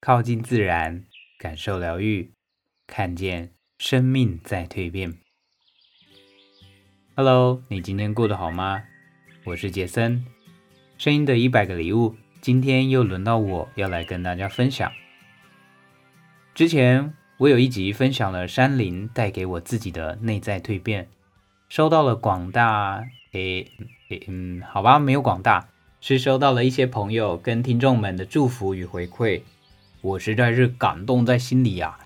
靠近自然，感受疗愈，看见生命在蜕变。Hello， 你今天过得好吗？我是杰森，声音的100个礼物，今天又轮到我要来跟大家分享。之前我有一集分享了山林带给我自己的内在蜕变，收到了广大好吧，没有广大，是收到了一些朋友跟听众们的祝福与回馈，我实在是感动在心里啊。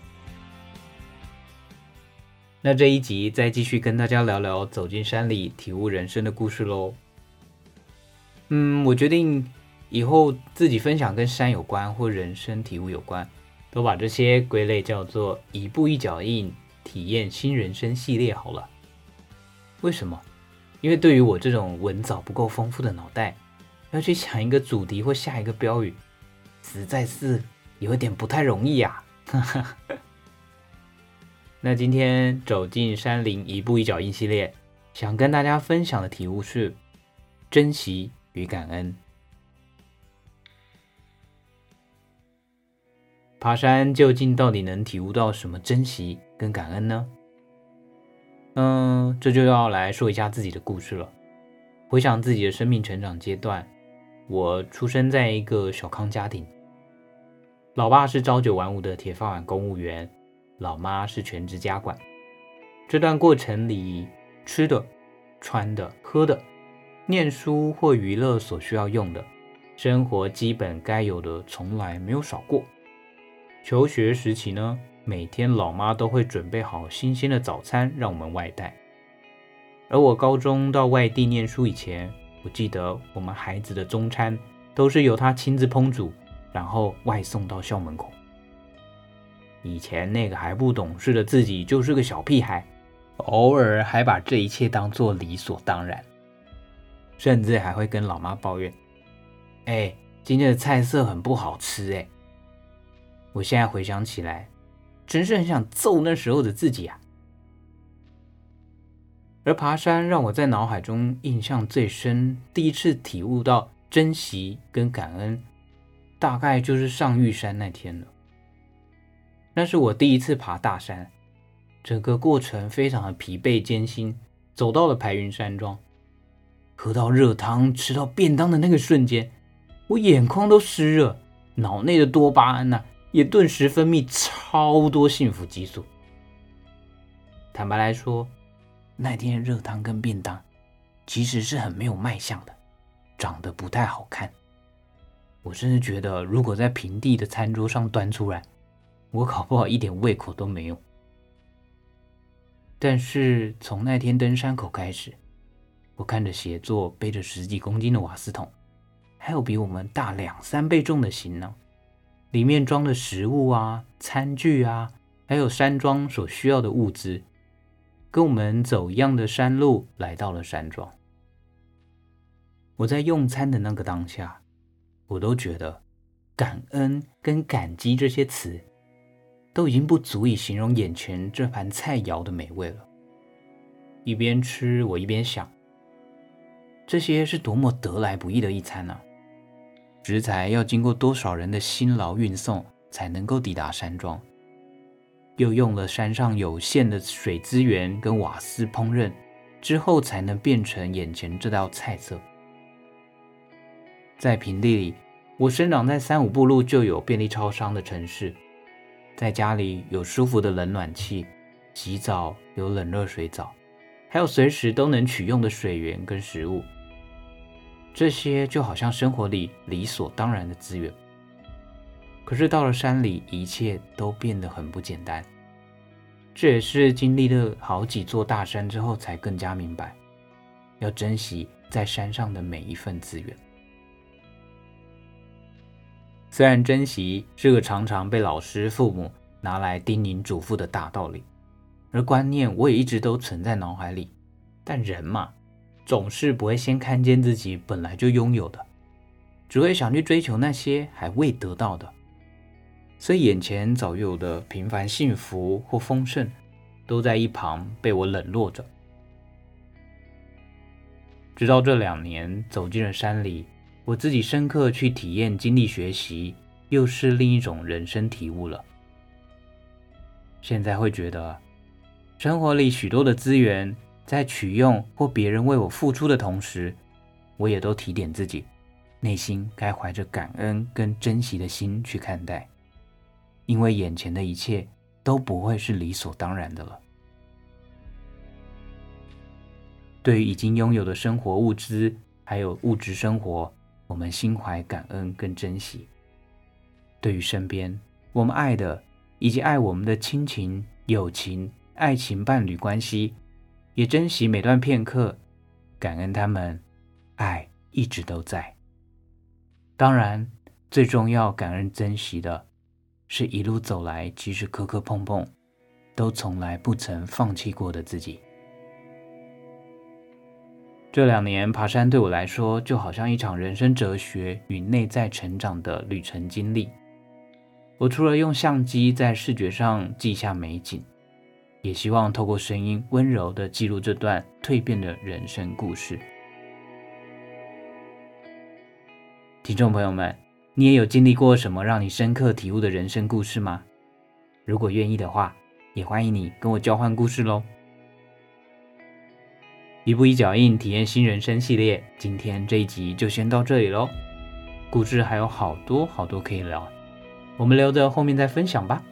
那这一集再继续跟大家聊聊走进山里体悟人生的故事咯。我决定以后自己分享跟山有关或人生体悟有关，都把这些归类叫做一步一脚印体验新人生系列好了。为什么？因为对于我这种文藻不够丰富的脑袋，要去想一个主题或下一个标语，实在是有一点不太容易啊。那今天走进山林一步一脚印系列，想跟大家分享的体悟是珍惜与感恩。爬山究竟到底能体悟到什么珍惜跟感恩呢？这就要来说一下自己的故事了。回想自己的生命成长阶段，我出生在一个小康家庭，老爸是朝9晚5的铁饭碗公务员，老妈是全职家管。这段过程里，吃的、穿的、喝的，念书或娱乐所需要用的，生活基本该有的从来没有少过。求学时期呢，每天老妈都会准备好新鲜的早餐让我们外带。而我高中到外地念书以前，我记得我们孩子的中餐都是由他亲自烹煮，然后外送到校门口。以前那个还不懂事的自己就是个小屁孩，偶尔还把这一切当作理所当然，甚至还会跟老妈抱怨：今天的菜色很不好吃我现在回想起来，真是很想揍那时候的自己啊。而爬山让我在脑海中印象最深，第一次体悟到珍惜跟感恩，大概就是上玉山那天了。那是我第一次爬大山，整个过程非常的疲惫艰辛，走到了排云山庄，喝到热汤吃到便当的那个瞬间，我眼眶都湿了，脑内的多巴胺也顿时分泌超多幸福激素。坦白来说，那天热汤跟便当其实是很没有卖相的，长得不太好看。我甚至觉得如果在平地的餐桌上端出来，我搞不好一点胃口都没有。但是从那天登山口开始，我看着协作背着10几公斤的瓦斯桶，还有比我们大2-3倍重的行囊，里面装的食物餐具还有山庄所需要的物资，跟我们走一样的山路来到了山庄。我在用餐的那个当下，我都觉得感恩跟感激这些词都已经不足以形容眼前这盘菜肴的美味了。一边吃，我一边想，这些是多么得来不易的一餐啊！食材要经过多少人的辛劳运送才能够抵达山庄，又用了山上有限的水资源跟瓦斯烹饪之后，才能变成眼前这道菜色。在平地里，我生长在3-5步路就有便利超商的城市，在家里有舒服的冷暖气，洗澡有冷热水澡，还有随时都能取用的水源跟食物。这些就好像生活里理所当然的资源。可是到了山里，一切都变得很不简单。这也是经历了好几座大山之后才更加明白，要珍惜在山上的每一份资源。虽然珍惜是个常常被老师、父母拿来叮咛嘱咐的大道理，而观念我也一直都存在脑海里，但人嘛，总是不会先看见自己本来就拥有的，只会想去追求那些还未得到的。所以眼前早有的平凡幸福或丰盛，都在一旁被我冷落着。直到这2年走进了山里，我自己深刻去体验经历学习， 又是另一种人生体悟了。现在会觉得，生活里许多的资源在取用或别人为我付出的同时，我也都提点自己，内心该怀着感恩跟珍惜的心去看待，因为眼前的一切都不会是理所当然的了。对于已经拥有的生活物资，还有物质生活，我们心怀感恩跟珍惜。对于身边我们爱的以及爱我们的亲情、友情、爱情伴侣关系，也珍惜每段片刻，感恩他们，爱一直都在。当然，最重要感恩珍惜的是一路走来，即使磕磕碰碰，都从来不曾放弃过的自己。这2年爬山对我来说，就好像一场人生哲学与内在成长的旅程经历。我除了用相机在视觉上记下美景，也希望透过声音温柔地记录这段蜕变的人生故事。听众朋友们，你也有经历过什么让你深刻体悟的人生故事吗？如果愿意的话，也欢迎你跟我交换故事咯。一步一脚印体验新人生系列，今天这一集就先到这里咯。故事还有好多好多可以聊，我们留着后面再分享吧。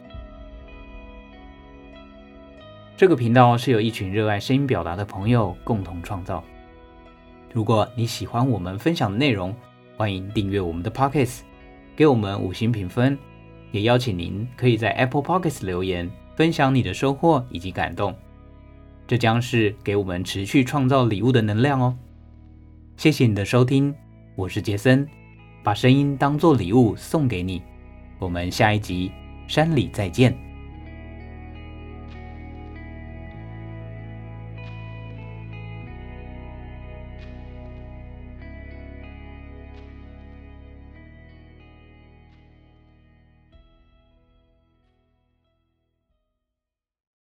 这个频道是由一群热爱声音表达的朋友共同创造。如果你喜欢我们分享的内容，欢迎订阅我们的 Podcast， 给我们5星评分，也邀请您可以在 Apple Podcast 留言，分享你的收获以及感动。这将是给我们持续创造礼物的能量哦。谢谢你的收听，我是杰森，把声音当作礼物送给你。我们下一集山里再见。